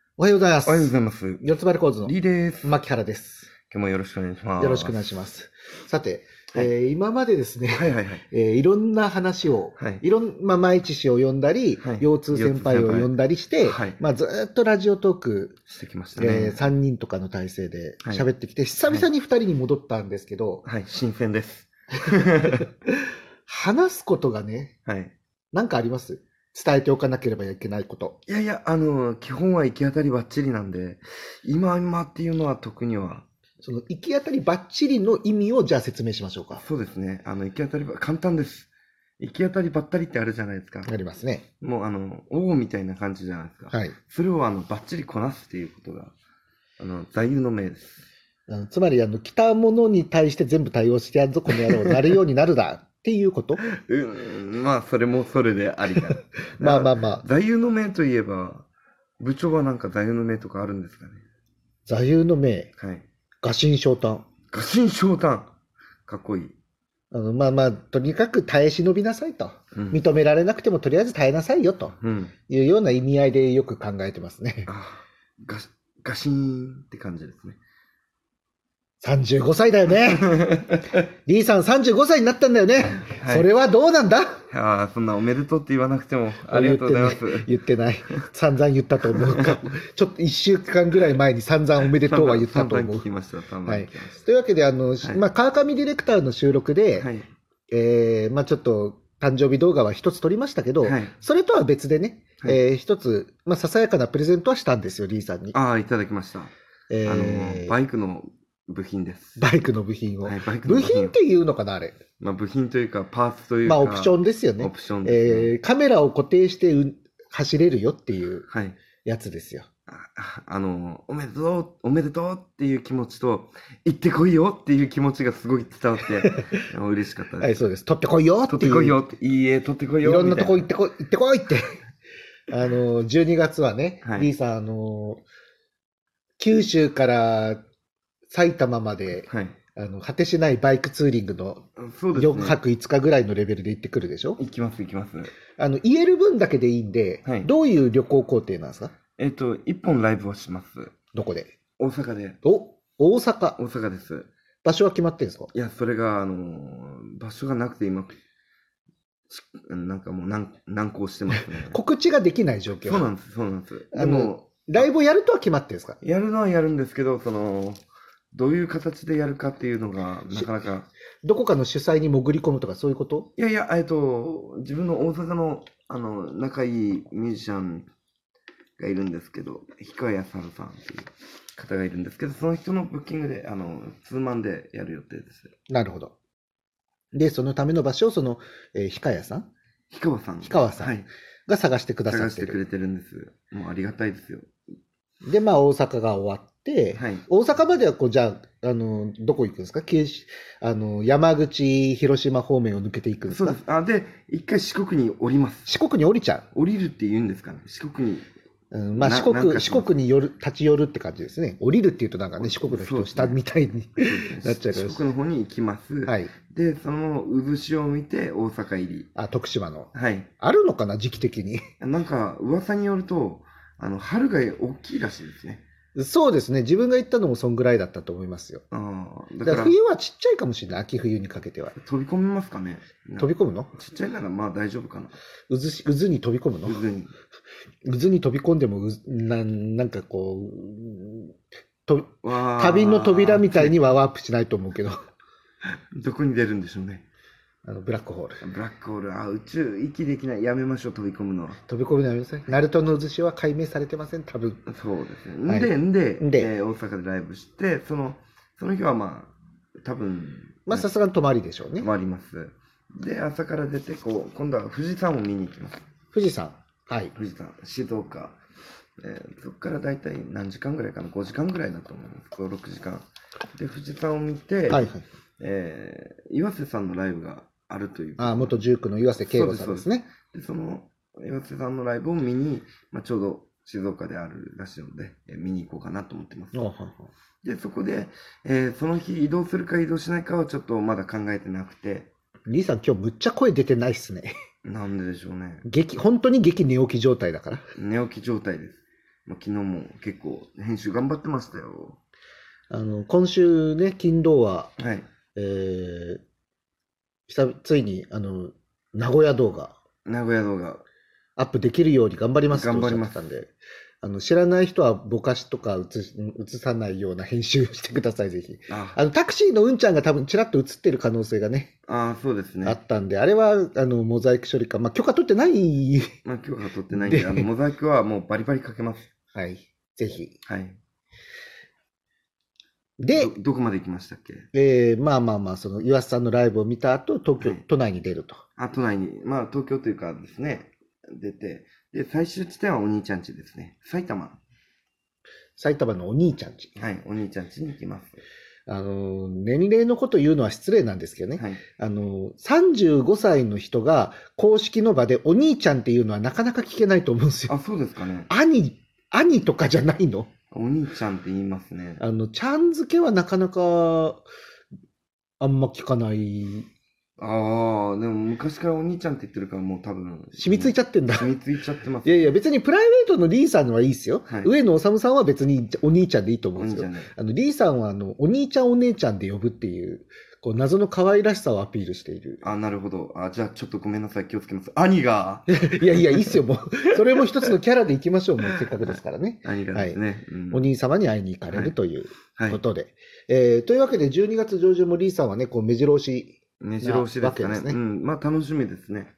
おはようございます。 おはようございます。 四つ葉レコーズのリーです。 牧原です。 今日もよろしくお願いします。 よろしくお願いします。さて、 はい、 今までですね、 はいはいはい。 いろんな話を、 はい、 前知氏を呼んだり、 はい、 腰痛先輩を呼んだりして、 はい、 ずーっとラジオトーク、 してきましたね。 3人とかの体制ではい喋ってきて、久々に2人に戻ったんですけど、 はい、新鮮です。 話すことがね、 はい。 なんかあります？伝えておかなければいけないこと。 いやいや、基本は行き当たりばっちりなんで、今っていうのは特には。 その行き当たりばっちりの意味をじゃあ説明しましょうか。 そうですね。行き当たりば、簡単です。行き当たりばったりってあるじゃないですか。 ありますね。 もう王みたいな感じじゃないですか。 はい。 それをばっちりこなすっていうことが、座右の銘です。 つまり、来たものに対して全部対応してやるぞ、この野郎、なるようになるだっていうことまあ、それもそれでありだ。 まあ。 座右の銘といえば、部長はなんか座右の銘とかあるんですかね。 座右の銘。 はい。 臥薪嘗胆。 臥薪嘗胆。かっこいい。 とにかく耐え忍びなさいと。 うん、 認められなくてもとりあえず耐えなさいよというような意味合いでよく考えてますね。 臥薪って感じですね。 35歳だよね。リーさん35歳になったんだよね。はい、それはどうなんだ？ そんなおめでとうって言わなくてもありがとうございます。 言ってない。散々言ったと思うか。ちょっと1週間ぐらい前に散々おめでとうは言ったと思う。 聞きました。 はい。というわけで、川上ディレクターの収録で、はい、ちょっと誕生日動画は一つ撮りましたけど、はい、それとは別でね、はい、一つ、ささやかなプレゼントはしたんですよ、リーさんに。 いただきました。バイクの部品です。 バイクの部品を。はい、部品っていうのかな、あれ。 部品というか、パーツというか。 オプションですよね。 オプションですね。 カメラを固定して走れるよっていうやつですよ。 おめでとうっていう気持ちと、行ってこいよっていう気持ちがすごい伝わって、嬉しかったです。 はい、そうです。取ってこいよっていう。 取ってこいよって。いいえ、取ってこいよ。 いろんなとこ行ってこいって。12月はね、はい、リーさん、九州から埼玉まで、はい、果てしないバイクツーリングの4泊5日ぐらいのレベルで行ってくるでしょ？ 行きます。 言える分だけでいいんで、はい、どういう旅行工程なんですか ？1本ライブをします。 どこで？ 大阪で。 大阪？ 大阪です。 場所は決まってるんですか？ いや、それが、場所がなくて今、なんかもう難航してますね。 告知ができない状況。 そうなんです。 でも、ライブをやるとは決まってるんですか？ やるのはやるんですけど、どういう形でやるかっていうのが、なかなか。 どこかの主催に潜り込むとかそういうこと？ いやいや、自分の大阪の、仲いいミュージシャンがいるんですけど、氷川康晴さんっていう方がいるんですけど、その人のブッキングで、ツーマンでやる予定です。 なるほど。で、そのための場所を、氷川さん氷川さんが探してくださってる。 探してくれてるんです。もうありがたいですよ。 で、大阪が終わって、はい、大阪まではじゃあ、どこ行くんですか？山口、広島方面を抜けていくんですか？ そうです。で、一回四国に降ります。 四国に降りちゃう？ 降りるって言うんですかね？四国に。 四国に立ち寄るって感じですね。降りるっていうとなんかね、四国の人下みたいになっちゃうから。 四国の方に行きます。はい。で、その渦潮を見て大阪入り。 徳島の。 はい。 あるのかな、時期的に。 なんか、噂によると、春が大きいらしいですね。 そうですね。自分が行ったのもそんぐらいだったと思いますよ。だから冬はちっちゃいかもしれない。秋冬にかけては。 飛び込みますかね？ 飛び込むの？ ちっちゃいなら大丈夫かな。 渦に飛び込むの？渦に飛び込んでも、なんかこう、旅の扉みたいにはワープしないと思うけど。 どこに出るんでしょうね。 ブラックホール。 ブラックホール。宇宙、息できない。やめましょう、飛び込むのは。 飛び込むのやめなさい。ナルトの渦潮は解明されてません、多分。 そうですね。はい、で、大阪でライブして、その日は多分。 さすがに泊まりでしょうね。 泊まります。で、朝から出て、今度は富士山を見に行きます。 富士山。はい。 富士山、静岡。そこからだいたい何時間ぐらいかな？ 5 時間ぐらいだと思います。5、6時間。で、富士山を見て、はいはい。岩瀬さんのライブがあるという。 元ジュークの岩瀬圭吾さんですね。 で、その岩瀬さんのライブを見に、ちょうど静岡であるらしいので、見に行こうかなと思ってます。で、そこで、その日移動するか移動しないかはちょっとまだ考えてなくて。 リーさん今日むっちゃ声出てないっすね。 なんででしょうね。 本当に激寝起き状態だから。 寝起き状態です。 昨日も結構編集頑張ってましたよ。 今週ね、金土は、 はい。 ついに、名古屋動画、 名古屋動画。 アップできるように頑張りますとおっしゃ頑張りますってたんで、知らない人はぼかしとか映さないような編集をしてください、ぜひ。タクシーのうんちゃんが多分ちらっと映ってる可能性がね、 そうですね。 あったんで、あれは、モザイク処理か、許可取ってない。 許可取ってないんで、モザイクはもうバリバリかけます。 はい。ぜひ。 はい。 で、 どこまで行きましたっけその岩瀬さんのライブを見た後、都内に出ると。 都内に、東京というかですね、出て、で、最終地点はお兄ちゃん家ですね。埼玉のお兄ちゃん家。はい、お兄ちゃん家に行きます。 年齢のこと言うのは失礼なんですけどね。はい、35歳の人が公式の場でお兄ちゃんっていうのはなかなか聞けないと思うんですよ。 そうですかね。 兄とかじゃないの？ お兄ちゃんって言いますね。 ちゃん付けはなかなかあんま聞かない。 でも昔からお兄ちゃんって言ってるからもう多分。 染みついちゃってんだ。 染みついちゃってます、 ね。いや別にプライベートのリーさんはいいですよ。はい、上野治さんは別にお兄ちゃんでいいと思うんですよ。リーさんはお兄ちゃんお姉ちゃんで呼ぶっていう、謎の可愛らしさをアピールしている。 なるほど。じゃあちょっとごめんなさい。気をつけます。兄がいや、いいっすよ。もう。それも一つのキャラでいきましょう。もうせっかくですからね。 兄がですね。はいお兄様に会いに行かれるということで。というわけで、12月上旬もリーさんはね、目白押し。 目白押しですかね。楽しみですね。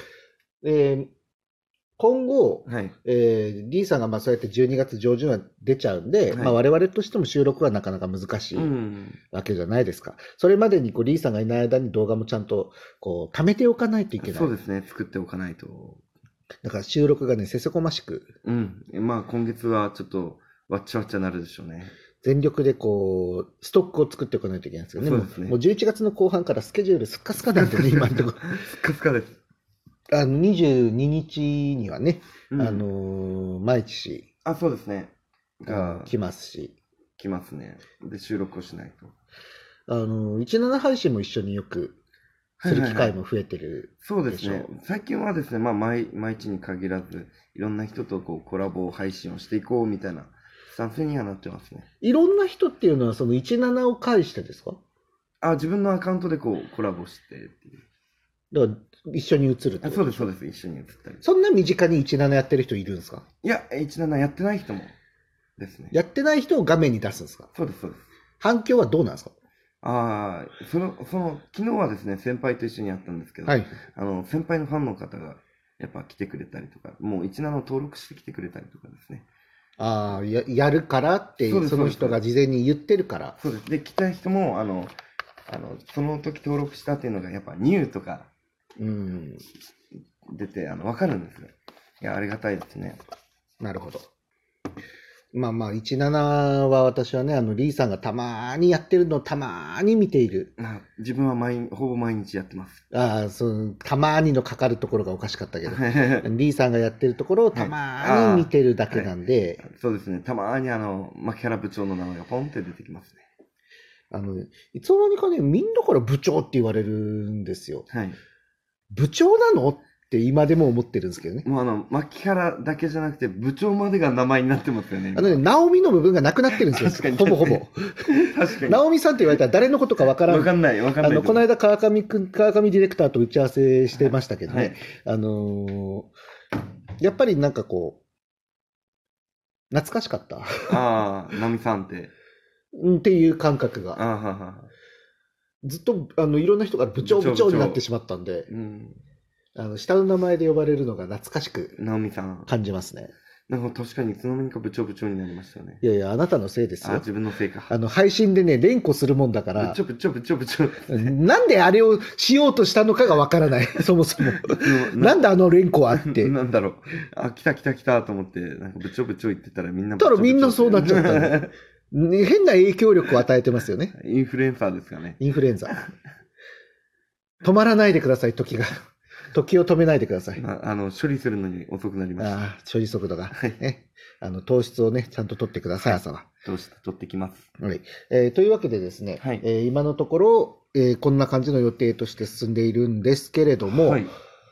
今後、リーさんがそうやって12月上旬は出ちゃうんで、我々としても収録はなかなか難しいわけじゃないですか。それまでにリーさんがいない間に動画もちゃんと貯めておかないといけない。 そうですね、作っておかないと。 だから収録がね、せせこましく。 今月はちょっとわっちゃわっちゃなるでしょうね。 全力でストックを作っておかないといけないんですよね。そうですね。もう11月の後半からスケジュールスッカスカなんでね、今のところ。 スッカスカです。 22日にはね、毎日。 そうですね。 来ますし。 来ますね。で、収録をしないと。 17配信も一緒によくする機会も増えてるでしょ。 そうですね。最近はですね、毎日に限らず、いろんな人とコラボ配信をしていこうみたいなスタンスにはなってますね。 いろんな人っていうのはその17を介してですか？ 自分のアカウントでコラボしてっていう。 だから一緒に映るってこと？ そうです、そうです。一緒に映ったり。 そんな身近に17やってる人いるんですか？ いや、17やってない人もですね。 やってない人を画面に出すんですか？ そうです、そうです。 反響はどうなんですか？ 昨日はですね、先輩と一緒にやったんですけど、先輩のファンの方がやっぱ来てくれたりとか、もう17を登録してきてくれたりとかですね。 やるからって、その人が事前に言ってるから。 そうです。で、来た人も、その時登録したっていうのが、やっぱニューとか、出て、わかるんですよ。いや、ありがたいですね。 なるほど。17は私はね、リーさんがたまーにやってるのをたまーに見ている。 自分はほぼ毎日やってます。 たまーにのかかるところがおかしかったけど、リーさんがやってるところをたまーに見てるだけなんで。 そうですね。たまーに牧原部長の名前がポンって出てきますね。 いつの間にかね、みんなから部長って言われるんですよ。部長なのって今でも思ってるんですけどね。 もう牧原だけじゃなくて部長までが名前になってますよね。 直美の部分がなくなってるんですよ。 確かにほぼほぼ。 確かに。 直美さんって言われたら誰のことかわからん。 わかんない。この間川上ディレクターと打ち合わせしてましたけどね。やっぱりなんか懐かしかった。 直美さんって。 っていう感覚が。ずっといろんな人が部長になってしまったんで。下の名前で呼ばれるのが懐かしく感じますね。 なんか確かにいつの間にか部長になりましたよね。 いやいや、あなたのせいですよ。 自分のせいか。 配信でね、連呼するもんだから。 部長。 なんであれをしようとしたのかがわからない。そもそも。なんで連呼あって。 なんだろう。来たと思って、なんか部長言ってたらみんなみんなそうなっちゃったね。変な影響力を与えてますよね。 インフルエンサーですかね。 インフルエンザ。止まらないでください、時が。時を止めないでください。 処理するのに遅くなりました。 処理速度が。糖質をね、ちゃんと取ってください、朝は。 糖質取ってきます。 はい。というわけでですね、今のところ、こんな感じの予定として進んでいるんですけれども、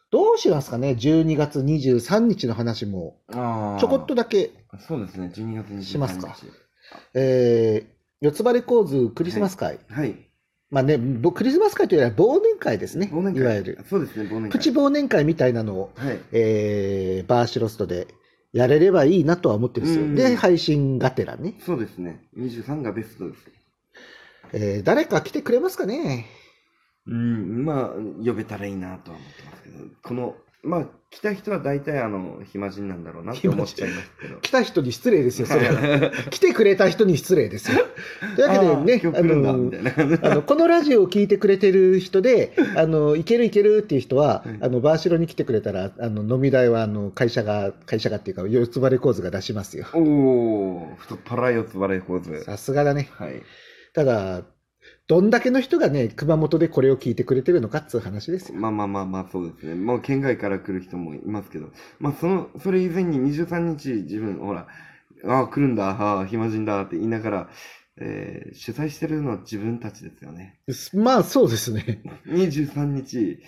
どうしますかね、12月23日の話も、ちょこっとだけ。 そうですね、12月23日。 しますか。四つ葉レコーズクリスマス会。 はい。 まあね、クリスマス会というよりは忘年会ですね。 忘年会。 いわゆる。 そうですね、忘年会。 プチ忘年会みたいなのを、 はい、 バーシロストでやれればいいなとは思ってるんですよ。で、配信がてらね。 そうですね。23がベストです。誰か来てくれますかね。 まあ、呼べたらいいなとは思ってますけど、まあ、来た人は大体暇人なんだろうなって思っちゃいますけど。 来た人に失礼ですよ、それは。来てくれた人に失礼ですよ。というわけでね、このラジオを聞いてくれてる人で、いけるいけるっていう人は、バーシロに来てくれたら、飲み代は、会社がっていうか、四つ葉レコーズが出しますよ。 太っ腹四つ葉レコーズ。 さすがだね。 はい。 ただ、どんだけの人がね、熊本でこれを聞いてくれてるのかっていう話ですよ。 まあ、そうですね。もう県外から来る人もいますけど、まあ、それ以前に23日自分、ほら、来るんだ、暇人だって言いながら、主催してるのは自分たちですよね。 まあ、そうですね。 23日、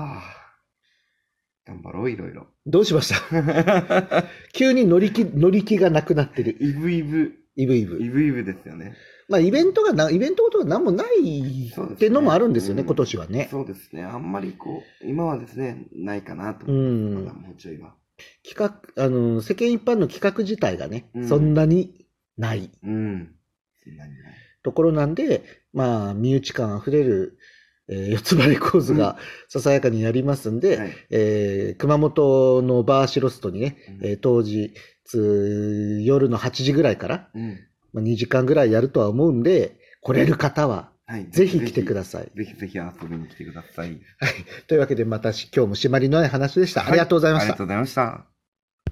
頑張ろう、いろいろ。 どうしました急に乗り気がなくなってる。 イブイブですよね。 まあ、イベントごとが何もないっていうのもあるんですよね、今年はね。 そうですね。あんまり今はですね、ないかなと思います。もうちょいは。 世間一般の企画自体がね、そんなにない。ところなんで、まあ、身内感あふれる、四つ葉レコーズがささやかにやりますんで、熊本のバーシロストにね、当時、夜の8時ぐらいから、2時間ぐらいやるとは思うんで、来れる方は、ぜひ来てください。 ぜひ遊びに来てください。はい。 というわけで、また今日も締まりのない話でした。ありがとうございました。 ありがとうございました。